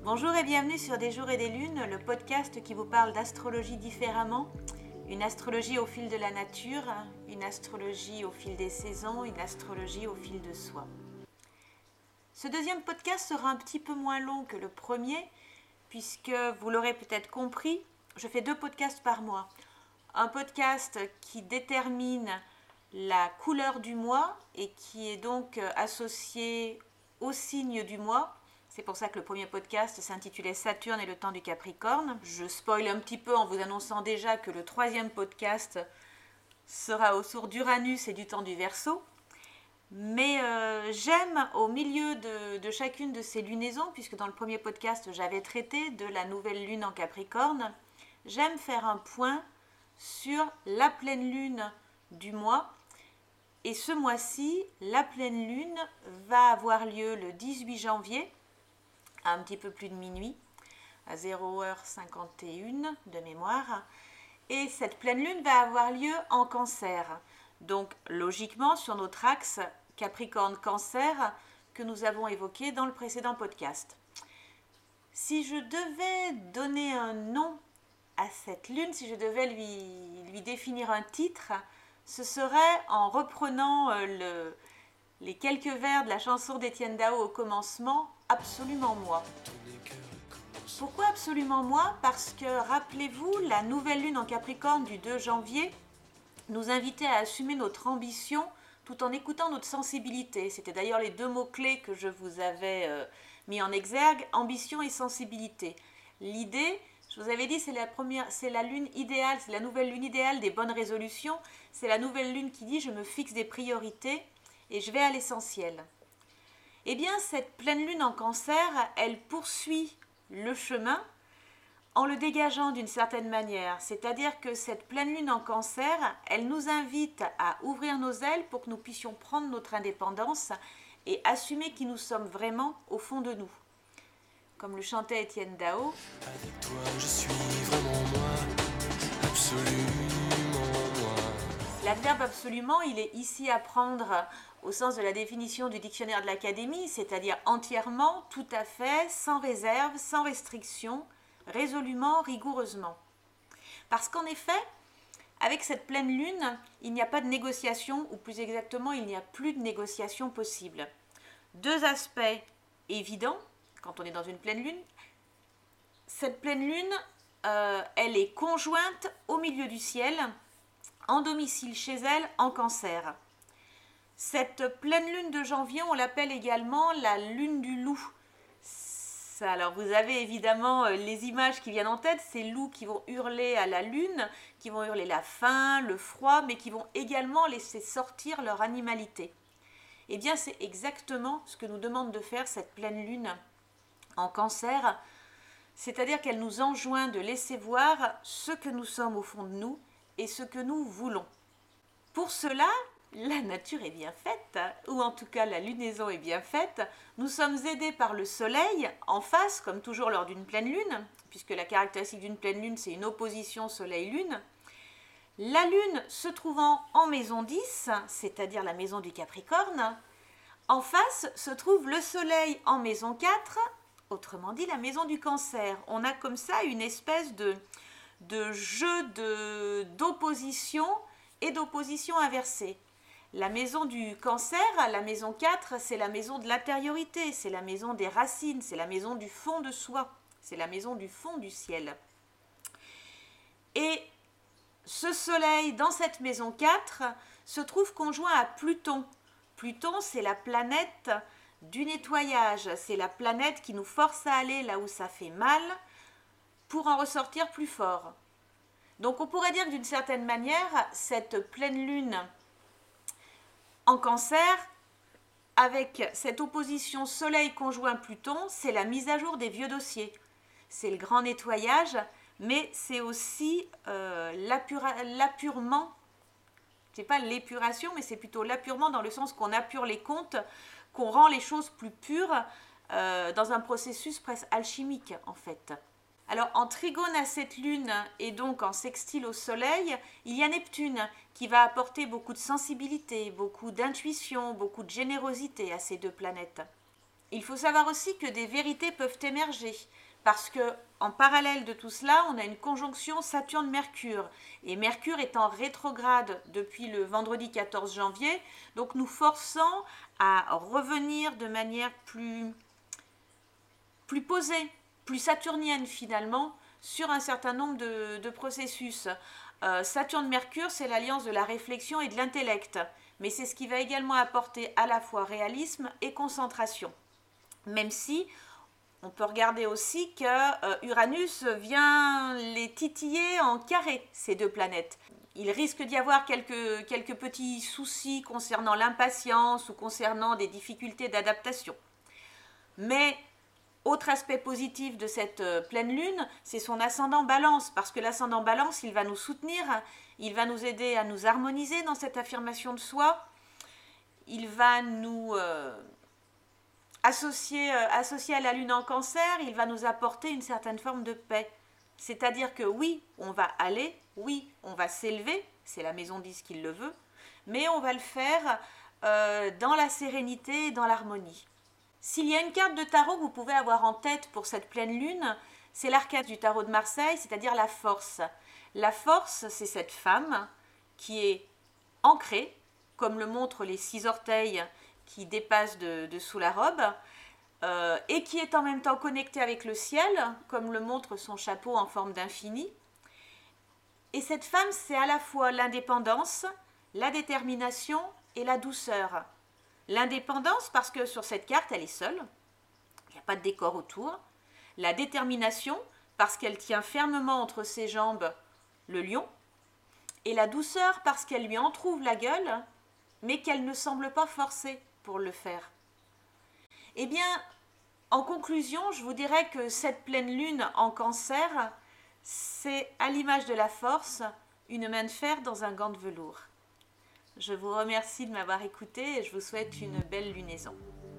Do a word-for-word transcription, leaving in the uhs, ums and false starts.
Bonjour et bienvenue sur Des jours et des lunes, le podcast qui vous parle d'astrologie différemment. Une astrologie au fil de la nature, une astrologie au fil des saisons, une astrologie au fil de soi. Ce deuxième podcast sera un petit peu moins long que le premier, puisque vous l'aurez peut-être compris, je fais deux podcasts par mois. Un podcast qui détermine la couleur du mois et qui est donc associé au signe du mois. C'est pour ça que le premier podcast s'intitulait Saturne et le temps du Capricorne. Je spoil un petit peu en vous annonçant déjà que le troisième podcast sera autour d'Uranus et du temps du Verseau. Mais euh, j'aime au milieu de, de chacune de ces lunaisons, puisque dans le premier podcast j'avais traité de la nouvelle lune en Capricorne, j'aime faire un point sur la pleine lune du mois. Et ce mois-ci, la pleine lune va avoir lieu le dix-huit janvier, à un petit peu plus de minuit, à zéro heure cinquante et une de mémoire. Et cette pleine lune va avoir lieu en Cancer. Donc logiquement sur notre axe Capricorne-Cancer que nous avons évoqué dans le précédent podcast. Si je devais donner un nom à cette lune, si je devais lui, lui définir un titre, ce serait en reprenant le, les quelques vers de la chanson d'Étienne Dao au commencement, Absolument moi. Pourquoi absolument moi ? Parce que, rappelez-vous, la nouvelle lune en Capricorne du deux janvier nous invitait à assumer notre ambition tout en écoutant notre sensibilité. C'était d'ailleurs les deux mots-clés que je vous avais euh, mis en exergue, ambition et sensibilité. L'idée, je vous avais dit, c'est la première, c'est la lune idéale, c'est la nouvelle lune idéale des bonnes résolutions. C'est la nouvelle lune qui dit, je me fixe des priorités et je vais à l'essentiel. Eh bien, cette pleine lune en Cancer, elle poursuit le chemin en le dégageant d'une certaine manière. C'est-à-dire que cette pleine lune en Cancer, elle nous invite à ouvrir nos ailes pour que nous puissions prendre notre indépendance et assumer qui nous sommes vraiment au fond de nous. Comme le chantait Étienne Dao. Avec toi, je suis vraiment moi, absolument moi. L'adverbe absolument, il est ici à prendre au sens de la définition du dictionnaire de l'Académie, c'est-à-dire entièrement, tout à fait, sans réserve, sans restriction, résolument, rigoureusement. Parce qu'en effet, avec cette pleine lune, il n'y a pas de négociation, ou plus exactement, il n'y a plus de négociation possible. Deux aspects évidents, quand on est dans une pleine lune. Cette pleine lune, euh, elle est conjointe au milieu du ciel, en domicile chez elle, en Cancer. Cette pleine lune de janvier, on l'appelle également la lune du loup. Alors vous avez évidemment les images qui viennent en tête, ces loups qui vont hurler à la lune, qui vont hurler la faim, le froid, mais qui vont également laisser sortir leur animalité. Eh bien c'est exactement ce que nous demande de faire cette pleine lune en Cancer, c'est-à-dire qu'elle nous enjoint de laisser voir ce que nous sommes au fond de nous et ce que nous voulons. Pour cela, la nature est bien faite, ou en tout cas la lunaison est bien faite. Nous sommes aidés par le soleil en face, comme toujours lors d'une pleine lune, puisque la caractéristique d'une pleine lune, c'est une opposition soleil-lune. La lune se trouvant en maison dix, c'est-à-dire la maison du Capricorne, en face se trouve le soleil en maison quatre, autrement dit la maison du Cancer. On a comme ça une espèce de, de jeu de, d'opposition et d'opposition inversée. La maison du Cancer, la maison quatre, c'est la maison de l'intériorité, c'est la maison des racines, c'est la maison du fond de soi, c'est la maison du fond du ciel. Et ce soleil dans cette maison quatre se trouve conjoint à Pluton. Pluton, c'est la planète du nettoyage, c'est la planète qui nous force à aller là où ça fait mal pour en ressortir plus fort. Donc on pourrait dire que d'une certaine manière, cette pleine lune en Cancer, avec cette opposition soleil conjoint Pluton, c'est la mise à jour des vieux dossiers. C'est le grand nettoyage, mais c'est aussi euh, l'apura- l'appurement, je ne sais pas l'épuration, mais c'est plutôt l'appurement dans le sens qu'on appure les comptes, qu'on rend les choses plus pures euh, dans un processus presque alchimique en fait. Alors en trigone à cette lune et donc en sextile au soleil, il y a Neptune qui va apporter beaucoup de sensibilité, beaucoup d'intuition, beaucoup de générosité à ces deux planètes. Il faut savoir aussi que des vérités peuvent émerger, parce que en parallèle de tout cela, on a une conjonction Saturne-Mercure. Et Mercure est en rétrograde depuis le vendredi quatorze janvier, donc nous forçant à revenir de manière plus, plus posée, plus saturnienne finalement, sur un certain nombre de, de processus. Euh, Saturne-Mercure, c'est l'alliance de la réflexion et de l'intellect, mais c'est ce qui va également apporter à la fois réalisme et concentration. Même si on peut regarder aussi que euh, Uranus vient les titiller en carré, ces deux planètes. Il risque d'y avoir quelques, quelques petits soucis concernant l'impatience ou concernant des difficultés d'adaptation. Mais autre aspect positif de cette euh, pleine lune, c'est son ascendant balance, parce que l'ascendant balance, il va nous soutenir, il va nous aider à nous harmoniser dans cette affirmation de soi, il va nous... Euh, Associé, euh, associé à la lune en cancer, il va nous apporter une certaine forme de paix. C'est-à-dire que oui, on va aller, oui, on va s'élever, c'est la maison dix qui le veut, mais on va le faire euh, dans la sérénité et dans l'harmonie. S'il y a une carte de tarot que vous pouvez avoir en tête pour cette pleine lune, c'est l'arcade du tarot de Marseille, c'est-à-dire la force. La force, c'est cette femme qui est ancrée, comme le montrent les six orteils qui dépasse de, de sous la robe, euh, et qui est en même temps connectée avec le ciel, comme le montre son chapeau en forme d'infini. Et cette femme, c'est à la fois l'indépendance, la détermination et la douceur. L'indépendance, parce que sur cette carte, elle est seule, il n'y a pas de décor autour. La détermination, parce qu'elle tient fermement entre ses jambes le lion. Et la douceur, parce qu'elle lui entr'ouvre la gueule, mais qu'elle ne semble pas forcée pour le faire. Eh bien, en conclusion, je vous dirais que cette pleine lune en cancer, c'est à l'image de la force, une main de fer dans un gant de velours. Je vous remercie de m'avoir écouté et je vous souhaite une belle lunaison.